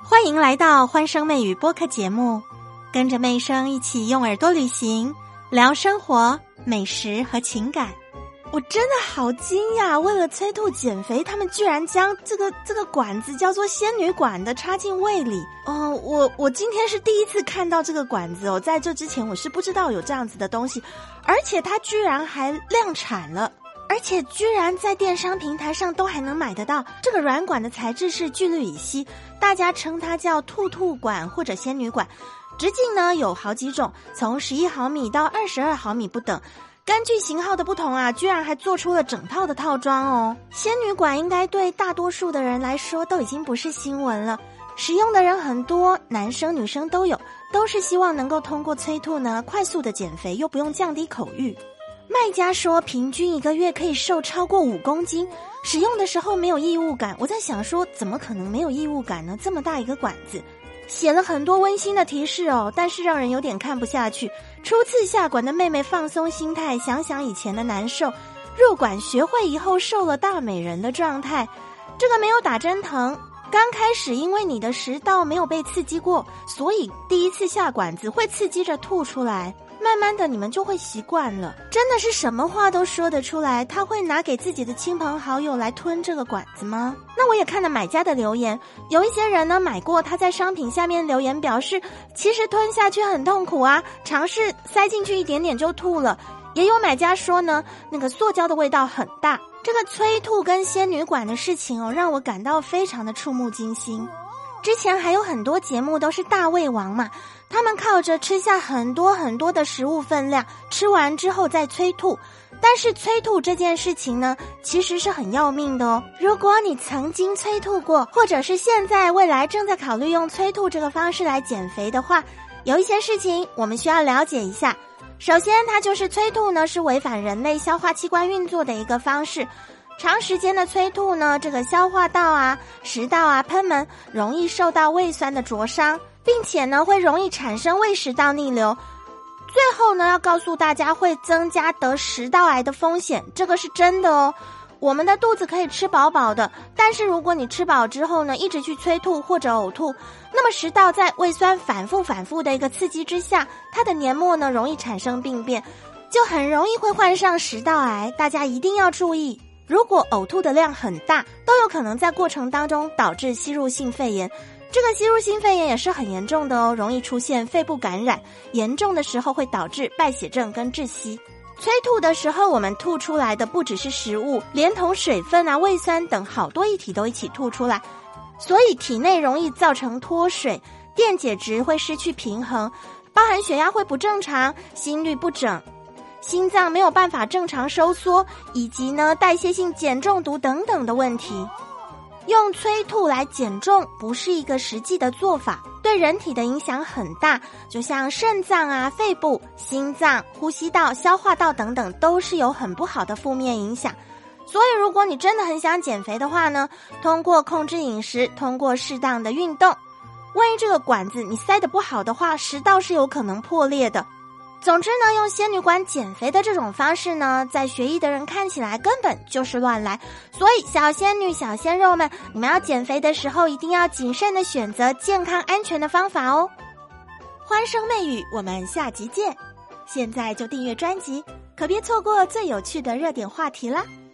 欢迎来到欢声妹语播客节目，跟着妹声一起用耳朵旅行，聊生活、美食和情感。我真的好惊讶，为了催吐减肥，他们居然将这个管子叫做仙女管的插进胃里。我今天是第一次看到这个管子哦，在这之前我是不知道有这样子的东西，而且它居然还量产了。而且居然在电商平台上都还能买得到。这个软管的材质是聚氯乙烯，大家称它叫兔管或者仙女管。直径呢有好几种，从11毫米到22毫米不等。根据型号的不同啊，居然还做出了整套的套装哦。仙女管应该对大多数的人来说都已经不是新闻了，使用的人很多，男生女生都有，都是希望能够通过催吐呢快速的减肥，又不用降低口欲。卖家说平均1个月可以瘦超过5公斤，使用的时候没有异物感。我在想说怎么可能没有异物感呢？这么大一个管子，写了很多温馨的提示哦，但是让人有点看不下去。初次下馆的妹妹放松心态，想想以前的难受，入馆学会以后瘦了大美人的状态。这个没有打针疼，刚开始因为你的食道没有被刺激过，所以第一次下管子会刺激着吐出来，慢慢的你们就会习惯了。真的是什么话都说得出来，他会拿给自己的亲朋好友来吞这个管子吗？那我也看了买家的留言，有一些人呢买过，他在商品下面留言表示其实吞下去很痛苦啊，尝试塞进去一点点就吐了。也有买家说呢，那个塑胶的味道很大。这个催吐跟仙女管的事情哦，让我感到非常的触目惊心。之前还有很多节目都是大胃王嘛，他们靠着吃下很多的食物分量，吃完之后再催吐。但是催吐这件事情呢，其实是很要命的哦。如果你曾经催吐过，或者是现在未来正在考虑用催吐这个方式来减肥的话，有一些事情我们需要了解一下。首先，它就是催吐呢是违反人类消化器官运作的一个方式。长时间的催吐呢，这个消化道啊、食道啊、贲门容易受到胃酸的灼伤，并且呢会容易产生胃食道逆流。最后呢要告诉大家，会增加得食道癌的风险，这个是真的哦。我们的肚子可以吃饱饱的，但是如果你吃饱之后呢一直去催吐或者呕吐，那么食道在胃酸反复的一个刺激之下，它的黏膜呢容易产生病变，就很容易会患上食道癌，大家一定要注意。如果呕吐的量很大，都有可能在过程当中导致吸入性肺炎。这个吸入性肺炎也是很严重的哦，容易出现肺部感染，严重的时候会导致败血症跟窒息。催吐的时候，我们吐出来的不只是食物，连同水分啊、胃酸等好多液体都一起吐出来，所以体内容易造成脱水，电解质会失去平衡，包含血压会不正常，心律不整，心脏没有办法正常收缩，以及呢代谢性碱中毒等等的问题。用催吐来减重不是一个实际的做法，对人体的影响很大，就像肾脏啊、肺部、心脏、呼吸道、消化道等等都是有很不好的负面影响。所以如果你真的很想减肥的话呢，通过控制饮食，通过适当的运动，万一这个管子你塞得不好的话，食道是有可能破裂的。总之呢，用仙女管减肥的这种方式呢，在学医的人看起来根本就是乱来。所以小仙女、小鲜肉们，你们要减肥的时候一定要谨慎的选择健康安全的方法哦。欢声妹语，我们下集见。现在就订阅专辑，可别错过最有趣的热点话题啦。